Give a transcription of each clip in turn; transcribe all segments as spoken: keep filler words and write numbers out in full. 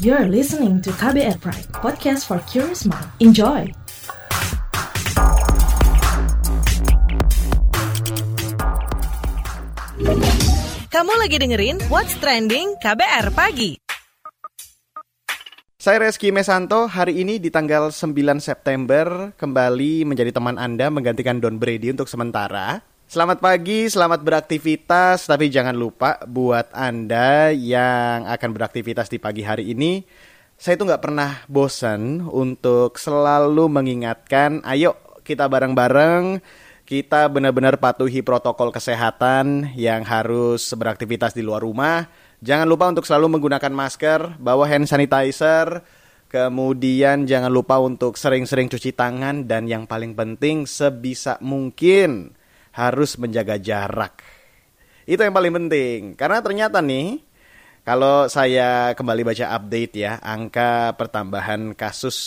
You're listening to K B R Pride, podcast for curious mind. Enjoy! Kamu lagi dengerin What's Trending K B R Pagi. Saya Reski Mesanto, hari ini di tanggal sembilan September kembali menjadi teman Anda menggantikan Don Brady untuk sementara. Selamat pagi, selamat beraktivitas, tapi jangan lupa buat Anda yang akan beraktivitas di pagi hari ini, saya tuh gak pernah bosan untuk selalu mengingatkan, ayo kita bareng-bareng, kita benar-benar patuhi protokol kesehatan yang harus beraktivitas di luar rumah. Jangan lupa untuk selalu menggunakan masker, bawa hand sanitizer, kemudian jangan lupa untuk sering-sering cuci tangan, dan yang paling penting sebisa mungkin harus menjaga jarak. Itu yang paling penting. Karena ternyata nih, kalau saya kembali baca update ya, angka pertambahan kasus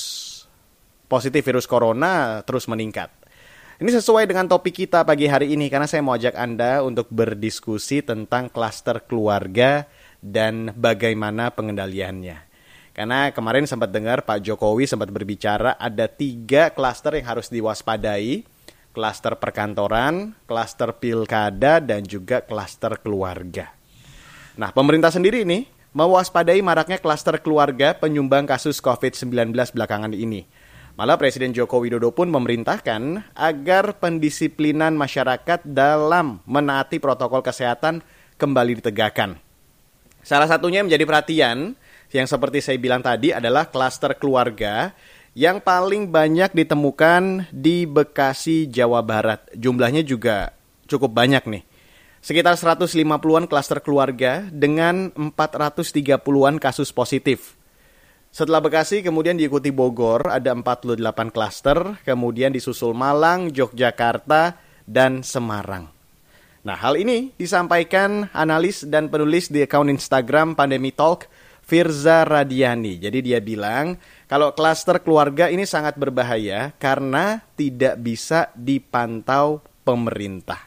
positif virus corona terus meningkat. Ini sesuai dengan topik kita pagi hari ini, karena saya mau ajak Anda untuk berdiskusi tentang klaster keluarga dan bagaimana pengendaliannya. Karena kemarin sempat dengar Pak Jokowi sempat berbicara ada tiga klaster yang harus diwaspadai. Klaster perkantoran, klaster pilkada, dan juga klaster keluarga. Nah, pemerintah sendiri nih mewaspadai maraknya klaster keluarga penyumbang kasus covid sembilan belas belakangan ini. Malah Presiden Joko Widodo pun memerintahkan agar pendisiplinan masyarakat dalam menaati protokol kesehatan kembali ditegakkan. Salah satunya yang menjadi perhatian, yang seperti saya bilang tadi adalah klaster keluarga, yang paling banyak ditemukan di Bekasi, Jawa Barat. Jumlahnya juga cukup banyak nih. Sekitar seratus lima puluhan klaster keluarga dengan empat ratus tiga puluhan kasus positif. Setelah Bekasi kemudian diikuti Bogor, ada empat puluh delapan klaster. Kemudian disusul Malang, Yogyakarta, dan Semarang. Nah, hal ini disampaikan analis dan penulis di akun Instagram Pandemi Talk, Firza Radiani. Jadi dia bilang kalau klaster keluarga ini sangat berbahaya karena tidak bisa dipantau pemerintah.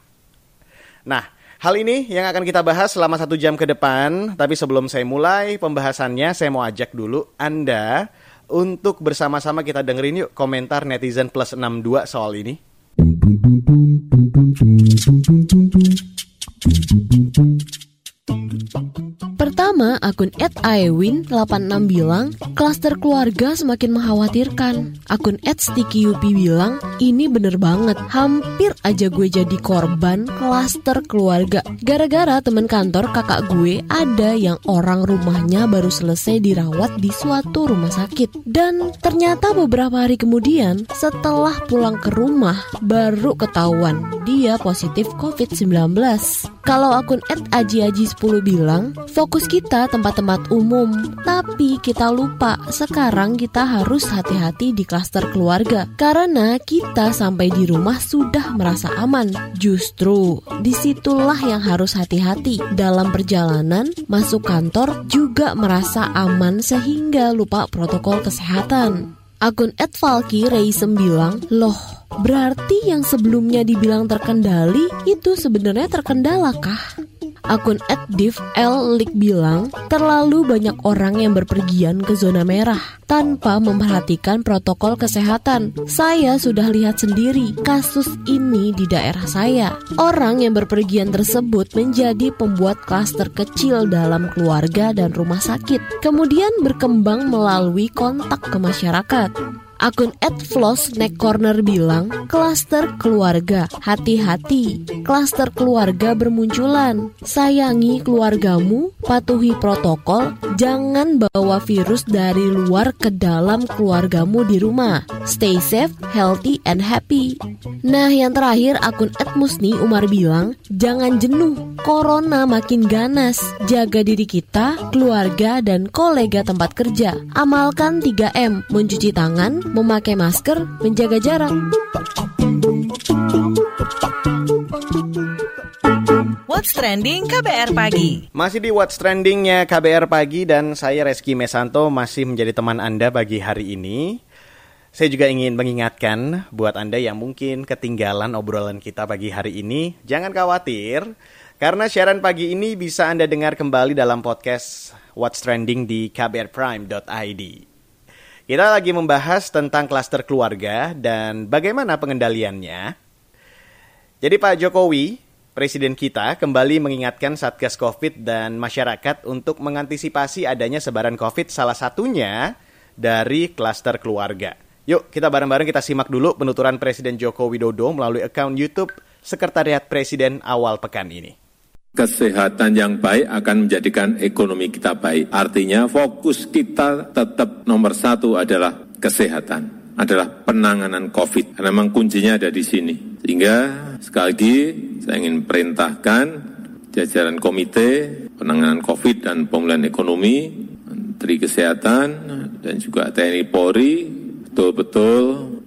Nah, hal ini yang akan kita bahas selama satu jam ke depan. Tapi sebelum saya mulai pembahasannya, saya mau ajak dulu Anda untuk bersama-sama kita dengerin yuk komentar netizen plus enam puluh dua soal ini. Pertama, akun et aewin delapan enam bilang, klaster keluarga semakin mengkhawatirkan. Akun et stikiyupi bilang, ini bener banget, hampir aja gue jadi korban klaster keluarga. Gara-gara temen kantor kakak gue ada yang orang rumahnya baru selesai dirawat di suatu rumah sakit. Dan ternyata beberapa hari kemudian, setelah pulang ke rumah, baru ketahuan dia positif covid sembilan belas. Kalau akun et aji aji sepuluh bilang, fokus kita tempat-tempat umum, tapi kita lupa sekarang kita harus hati-hati di klaster keluarga karena kita sampai di rumah sudah merasa aman. Justru disitulah yang harus hati-hati dalam perjalanan, masuk kantor juga merasa aman sehingga lupa protokol kesehatan. Akun et falki reisem bilang, loh berarti yang sebelumnya dibilang terkendali itu sebenarnya terkendala kah? Akun et div l lik bilang, terlalu banyak orang yang berpergian ke zona merah tanpa memperhatikan protokol kesehatan. Saya sudah lihat sendiri kasus ini di daerah saya. Orang yang berpergian tersebut menjadi pembuat klaster kecil dalam keluarga dan rumah sakit, kemudian berkembang melalui kontak ke masyarakat. Akun et floss neck corner bilang, klaster keluarga, hati-hati, klaster keluarga bermunculan. Sayangi keluargamu, patuhi protokol, jangan bawa virus dari luar ke dalam keluargamu di rumah. Stay safe, healthy, and happy. Nah, yang terakhir akun et musni umar bilang, jangan jenuh, corona makin ganas. Jaga diri kita, keluarga, dan kolega tempat kerja. Amalkan tiga M, mencuci tangan, memakai masker, menjaga jarak. What's Trending K B R Pagi. Masih di What's Trending-nya K B R Pagi dan saya Reski Mesanto masih menjadi teman Anda pagi hari ini. Saya juga ingin mengingatkan buat Anda yang mungkin ketinggalan obrolan kita pagi hari ini, jangan khawatir Karena siaran pagi ini bisa Anda dengar kembali dalam podcast What's Trending di k b r prime dot i d. Kita lagi membahas tentang klaster keluarga dan bagaimana pengendaliannya. Jadi Pak Jokowi, Presiden kita, kembali mengingatkan Satgas Covid dan masyarakat untuk mengantisipasi adanya sebaran Covid, salah satunya dari klaster keluarga. Yuk kita bareng-bareng kita simak dulu penuturan Presiden Joko Widodo melalui akun YouTube Sekretariat Presiden awal pekan ini. Kesehatan yang baik akan menjadikan ekonomi kita baik. Artinya fokus kita tetap nomor satu adalah kesehatan, adalah penanganan COVID. Karena memang kuncinya ada di sini. Sehingga sekali lagi saya ingin perintahkan jajaran Komite Penanganan COVID dan Pemulihan Ekonomi, Menteri Kesehatan dan juga T N I Polri betul-betul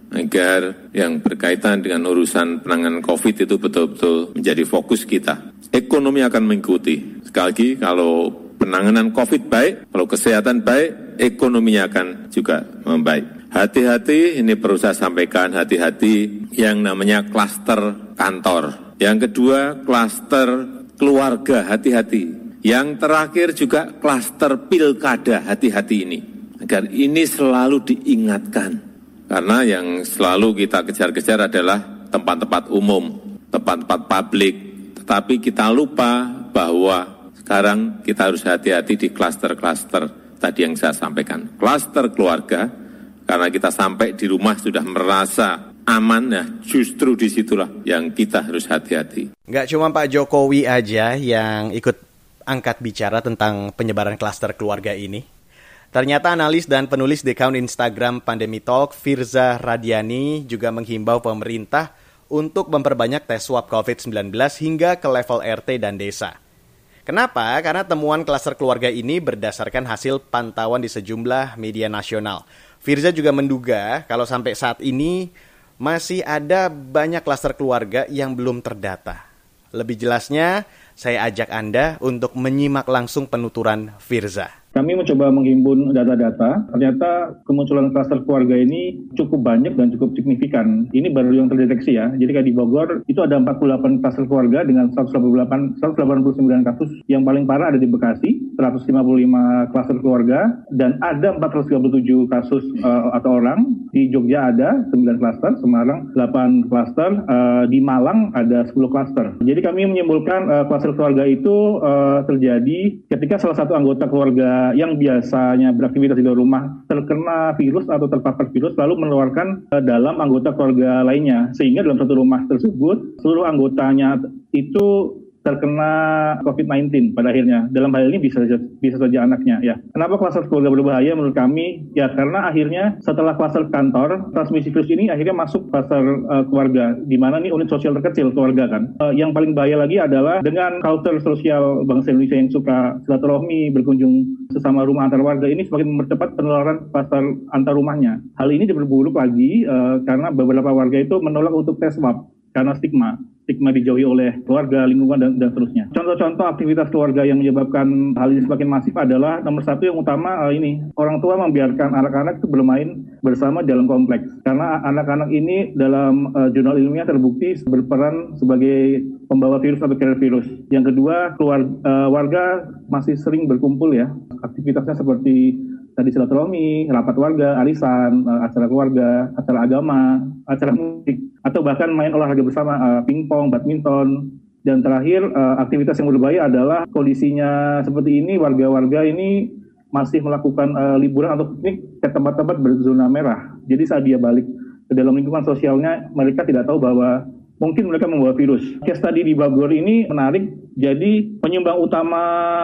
agar yang berkaitan dengan urusan penanganan COVID itu betul-betul menjadi fokus kita. Ekonomi akan mengikuti. Sekali lagi, kalau penanganan COVID baik, kalau kesehatan baik, ekonominya akan juga membaik. Hati-hati, ini perlu saya sampaikan, hati-hati yang namanya klaster kantor. Yang kedua, klaster keluarga, hati-hati. Yang terakhir juga klaster pilkada, hati-hati ini. Agar ini selalu diingatkan. Karena yang selalu kita kejar-kejar adalah tempat-tempat umum, tempat-tempat publik. Tapi kita lupa bahwa sekarang kita harus hati-hati di klaster-klaster tadi yang saya sampaikan. Klaster keluarga, karena kita sampai di rumah sudah merasa aman, nah justru disitulah yang kita harus hati-hati. Nggak cuma Pak Jokowi aja yang ikut angkat bicara tentang penyebaran klaster keluarga ini. Ternyata analis dan penulis di akun Instagram Pandemi Talk, Firza Radiani, juga menghimbau pemerintah untuk memperbanyak tes swab covid sembilan belas hingga ke level R T dan desa. Kenapa? Karena temuan klaster keluarga ini berdasarkan hasil pantauan di sejumlah media nasional. Firza juga menduga kalau sampai saat ini masih ada banyak klaster keluarga yang belum terdata. Lebih jelasnya, saya ajak Anda untuk menyimak langsung penuturan Firza. Kami mencoba menghimpun data-data, ternyata kemunculan klaster keluarga ini cukup banyak dan cukup signifikan. Ini baru yang terdeteksi ya. Jadi kayak di Bogor, itu ada empat puluh delapan klaster keluarga dengan seratus delapan puluh sembilan kasus. Yang paling parah ada di Bekasi, seratus lima puluh lima klaster keluarga, dan ada empat ratus tiga puluh tujuh kasus uh, atau orang. Di Jogja ada sembilan klaster, Semarang delapan klaster, uh, di Malang ada sepuluh klaster. Jadi kami menyimpulkan uh, klaster keluarga itu uh, terjadi ketika salah satu anggota keluarga yang biasanya beraktivitas di luar rumah terkena virus atau terpapar virus lalu menularkan uh, dalam anggota keluarga lainnya, sehingga dalam satu rumah tersebut seluruh anggotanya itu terkena covid sembilan belas pada akhirnya. Dalam hal ini bisa saja, bisa saja anaknya ya. Kenapa klaster keluarga berbahaya menurut kami? Ya karena akhirnya setelah klaster kantor, transmisi virus ini akhirnya masuk klaster uh, keluarga, di mana nih unit sosial terkecil keluarga kan. Uh, yang paling bahaya lagi adalah dengan kultur sosial bangsa Indonesia yang suka silaturahmi, berkunjung sesama rumah antar warga, ini semakin mempercepat penularan klaster antar rumahnya. Hal ini diperburuk lagi uh, karena beberapa warga itu menolak untuk tes swab karena stigma. stigma dijauhi oleh keluarga, lingkungan, dan, dan seterusnya. Contoh-contoh aktivitas keluarga yang menyebabkan hal ini semakin masif adalah nomor satu yang utama uh, ini, orang tua membiarkan anak-anak itu bermain bersama dalam kompleks. Karena anak-anak ini dalam uh, jurnal ilmiah terbukti berperan sebagai pembawa virus atau carrier virus. Yang kedua, keluarga, uh, warga masih sering berkumpul ya, aktivitasnya seperti tadi silaturahmi, rapat warga, arisan, uh, acara keluarga, acara agama, acara musik, atau bahkan main olahraga bersama, uh, pingpong, badminton. Dan terakhir, uh, aktivitas yang berbahaya adalah kondisinya seperti ini, warga-warga ini masih melakukan uh, liburan atau piknik ke tempat-tempat berzona merah. Jadi saat dia balik ke dalam lingkungan sosialnya, mereka tidak tahu bahwa mungkin mereka membawa virus. Case tadi di Bogor ini menarik. Jadi penyumbang utama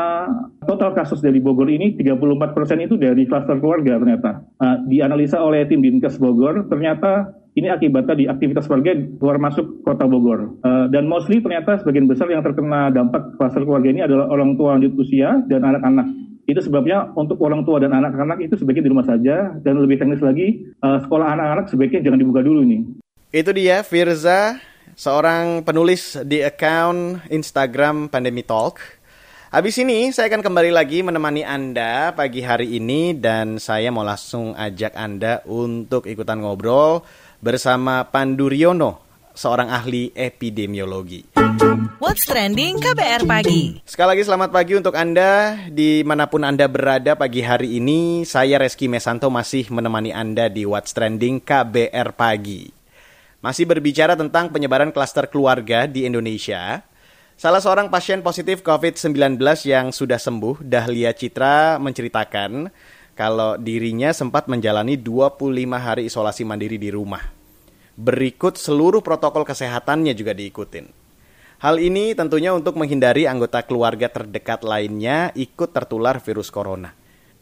total kasus dari Bogor ini tiga puluh empat persen itu dari klaster keluarga ternyata. Nah, dianalisa oleh tim Dinkes Bogor, ternyata ini akibatnya di aktivitas keluarga keluar masuk kota Bogor. Uh, dan mostly ternyata sebagian besar yang terkena dampak klaster keluarga ini adalah orang tua lanjut usia dan anak-anak. Itu sebabnya untuk orang tua dan anak-anak itu sebaiknya di rumah saja. Dan lebih teknis lagi, uh, sekolah anak-anak sebaiknya jangan dibuka dulu nih. Itu dia Firza, seorang penulis di akun Instagram Pandemi Talk. Habis ini saya akan kembali lagi menemani Anda pagi hari ini dan saya mau langsung ajak Anda untuk ikutan ngobrol bersama Pandu Riono, seorang ahli epidemiologi. What's Trending K B R Pagi. Sekali lagi selamat pagi untuk Anda dimanapun Anda berada pagi hari ini. Saya Reski Mesanto masih menemani Anda di What's Trending K B R Pagi. Masih berbicara tentang penyebaran klaster keluarga di Indonesia. Salah seorang pasien positif covid sembilan belas yang sudah sembuh, Dahlia Citra, menceritakan kalau dirinya sempat menjalani dua puluh lima hari isolasi mandiri di rumah. Berikut seluruh protokol kesehatannya juga diikutin. Hal ini tentunya untuk menghindari anggota keluarga terdekat lainnya ikut tertular virus corona.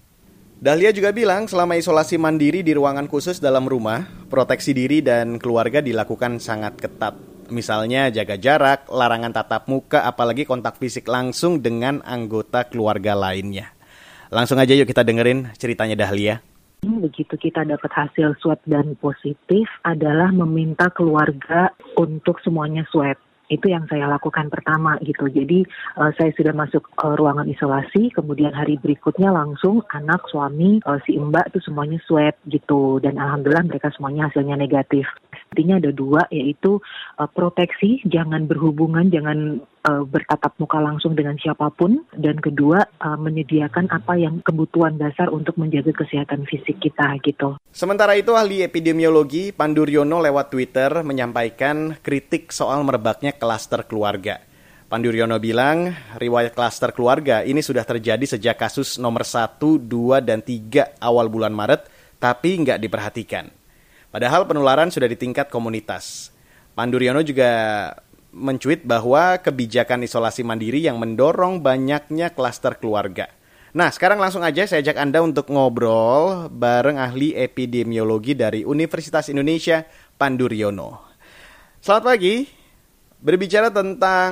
Dahlia juga bilang selama isolasi mandiri di ruangan khusus dalam rumah, proteksi diri dan keluarga dilakukan sangat ketat. Misalnya jaga jarak, larangan tatap muka, apalagi kontak fisik langsung dengan anggota keluarga lainnya. Langsung aja yuk kita dengerin ceritanya Dahlia. Begitu kita dapat hasil swab dan positif adalah meminta keluarga untuk semuanya swab. Itu yang saya lakukan pertama gitu. Jadi uh, saya sudah masuk uh, ruangan isolasi, kemudian hari berikutnya langsung anak, suami, uh, si mbak itu semuanya swab gitu. Dan alhamdulillah mereka semuanya hasilnya negatif. Intinya ada dua, yaitu uh, proteksi, jangan berhubungan, jangan uh, bertatap muka langsung dengan siapapun. Dan kedua, uh, menyediakan apa yang kebutuhan dasar untuk menjaga kesehatan fisik kita gitu. Sementara itu ahli epidemiologi Pandu Riono lewat Twitter menyampaikan kritik soal merebaknya klaster keluarga. Pandu Riono bilang riwayat klaster keluarga ini sudah terjadi sejak kasus nomor satu, dua, dan tiga awal bulan Maret, tapi nggak diperhatikan. Padahal penularan sudah di tingkat komunitas. Pandu Riono juga mencuit bahwa kebijakan isolasi mandiri yang mendorong banyaknya klaster keluarga. Nah, sekarang langsung aja saya ajak Anda untuk ngobrol bareng ahli epidemiologi dari Universitas Indonesia, Pandu Riono. Selamat pagi. Berbicara tentang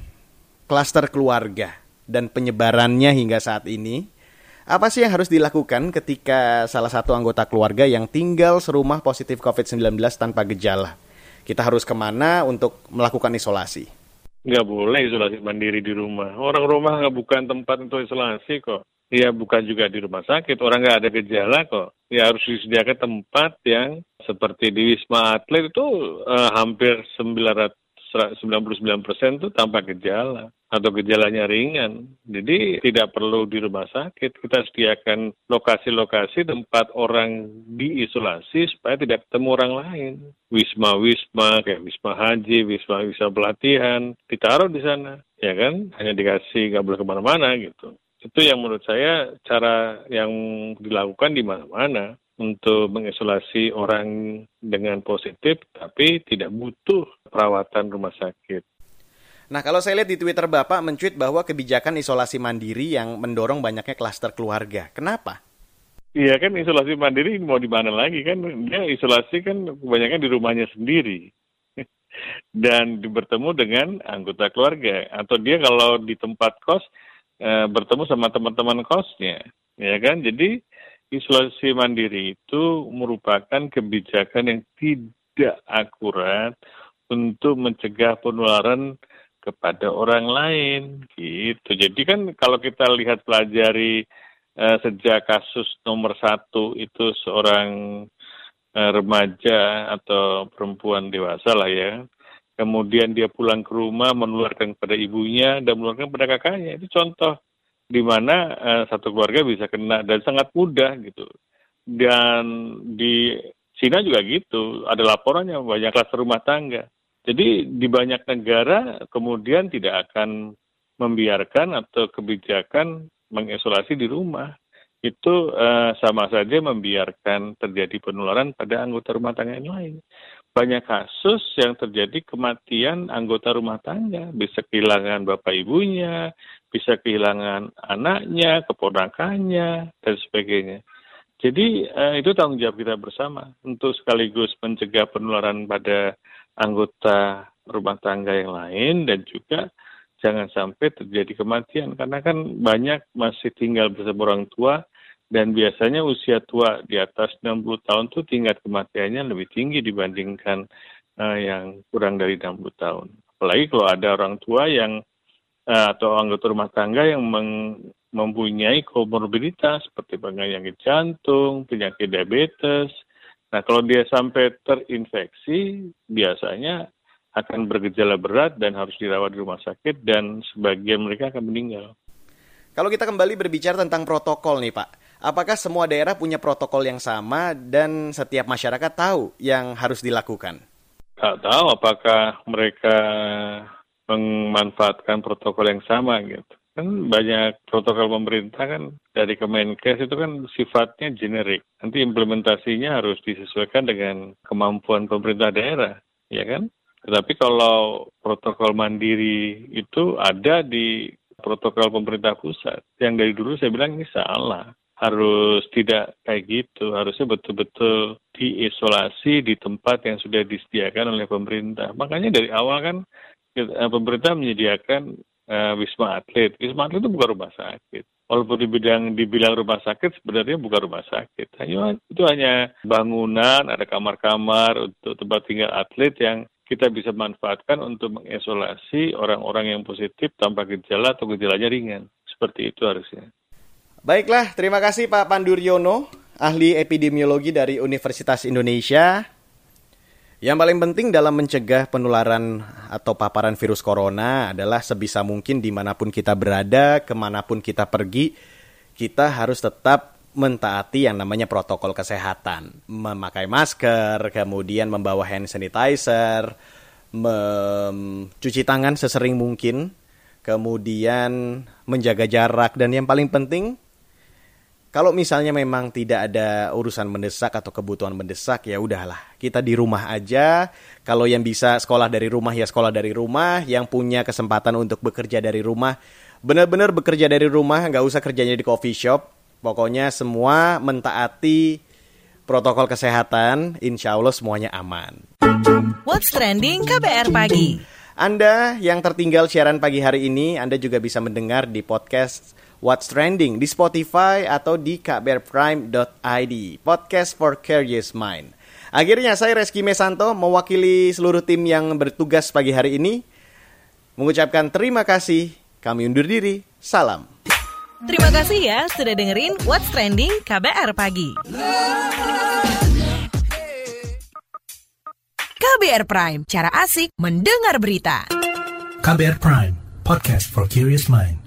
klaster keluarga dan penyebarannya hingga saat ini, apa sih yang harus dilakukan ketika salah satu anggota keluarga yang tinggal serumah positif covid sembilan belas tanpa gejala? Kita harus kemana untuk melakukan isolasi? Nggak boleh isolasi mandiri di rumah. Orang rumah nggak bukan tempat untuk isolasi kok. Ya bukan juga di rumah sakit. Orang nggak ada gejala kok. Ya harus disediakan tempat yang seperti di Wisma Atlet itu eh, hampir sembilan puluh sembilan persen itu tanpa gejala atau gejalanya ringan. Jadi tidak perlu di rumah sakit. Kita sediakan lokasi-lokasi tempat orang diisolasi supaya tidak ketemu orang lain. Wisma-wisma kayak Wisma Haji, Wisma-wisma pelatihan ditaruh di sana, ya kan? Hanya dikasih, nggak boleh kemana-mana gitu. Itu yang menurut saya cara yang dilakukan di mana-mana untuk mengisolasi orang dengan positif, tapi tidak butuh perawatan rumah sakit. Nah, kalau saya lihat di Twitter Bapak mencuit bahwa kebijakan isolasi mandiri yang mendorong banyaknya klaster keluarga. Kenapa? Iya kan, isolasi mandiri mau di mana lagi kan? Dia isolasi kan kebanyakan di rumahnya sendiri. Dan bertemu dengan anggota keluarga. Atau dia kalau di tempat kos, e, bertemu sama teman-teman kosnya. Ya kan, jadi isolasi mandiri itu merupakan kebijakan yang tidak akurat untuk mencegah penularan kepada orang lain, gitu. Jadi kan kalau kita lihat pelajari eh, sejak kasus nomor satu itu seorang eh, remaja atau perempuan dewasa lah ya, kemudian dia pulang ke rumah menularkan kepada ibunya dan menularkan kepada kakaknya, itu contoh di mana uh, satu keluarga bisa kena dan sangat mudah gitu. Dan di Cina juga gitu, ada laporannya banyak klaster rumah tangga. Jadi di banyak negara kemudian tidak akan membiarkan atau kebijakan mengisolasi di rumah. Itu uh, sama saja membiarkan terjadi penularan pada anggota rumah tangga yang lain. Banyak kasus yang terjadi kematian anggota rumah tangga, bisa kehilangan bapak ibunya, bisa kehilangan anaknya, keponakannya, dan sebagainya. Jadi eh, itu tanggung jawab kita bersama untuk sekaligus mencegah penularan pada anggota rumah tangga yang lain dan juga jangan sampai terjadi kematian. Karena kan banyak masih tinggal bersama orang tua dan biasanya usia tua di atas enam puluh tahun itu tingkat kematiannya lebih tinggi dibandingkan eh, yang kurang dari enam puluh tahun. Apalagi kalau ada orang tua yang atau anggota rumah tangga yang meng, mempunyai komorbiditas seperti penyakit jantung, penyakit diabetes. Nah, kalau dia sampai terinfeksi, biasanya akan bergejala berat dan harus dirawat di rumah sakit, dan sebagian mereka akan meninggal. Kalau kita kembali berbicara tentang protokol nih Pak, apakah semua daerah punya protokol yang sama dan setiap masyarakat tahu yang harus dilakukan? Tak tahu apakah mereka memanfaatkan protokol yang sama gitu. Kan banyak protokol pemerintah kan dari Kemenkes itu kan sifatnya generik. Nanti implementasinya harus disesuaikan dengan kemampuan pemerintah daerah, ya kan? Tetapi kalau protokol mandiri itu ada di protokol pemerintah pusat. Yang dari dulu saya bilang ini salah. Harus tidak kayak gitu. Harusnya betul-betul diisolasi di tempat yang sudah disediakan oleh pemerintah. Makanya dari awal kan pemerintah menyediakan uh, Wisma Atlet. Wisma Atlet itu bukan rumah sakit. Walaupun dibilang, dibilang rumah sakit, sebenarnya bukan rumah sakit. Hanya, itu hanya bangunan, ada kamar-kamar untuk tempat tinggal atlet yang kita bisa manfaatkan untuk mengisolasi orang-orang yang positif tanpa gejala atau gejalanya ringan. Seperti itu harusnya. Baiklah, terima kasih Pak Panduryono, ahli epidemiologi dari Universitas Indonesia. Yang paling penting dalam mencegah penularan atau paparan virus corona adalah sebisa mungkin dimanapun kita berada, kemanapun kita pergi, kita harus tetap mentaati yang namanya protokol kesehatan, memakai masker, kemudian membawa hand sanitizer, mencuci tangan sesering mungkin, kemudian menjaga jarak, dan yang paling penting, kalau misalnya memang tidak ada urusan mendesak atau kebutuhan mendesak, ya udahlah, kita di rumah aja. Kalau yang bisa sekolah dari rumah, ya sekolah dari rumah. Yang punya kesempatan untuk bekerja dari rumah, benar-benar bekerja dari rumah, nggak usah kerjanya di coffee shop. Pokoknya semua mentaati protokol kesehatan, insya Allah semuanya aman. What's Trending K B R Pagi. Anda yang tertinggal siaran pagi hari ini, Anda juga bisa mendengar di podcast What's Trending di Spotify atau di k b r prime dot i d. Podcast for Curious Mind. Akhirnya saya Reski Mesanto mewakili seluruh tim yang bertugas pagi hari ini mengucapkan terima kasih. Kami undur diri. Salam. Terima kasih ya sudah dengerin What's Trending K B R Pagi. K B R Prime, cara asik mendengar berita. K B R Prime, podcast for curious mind.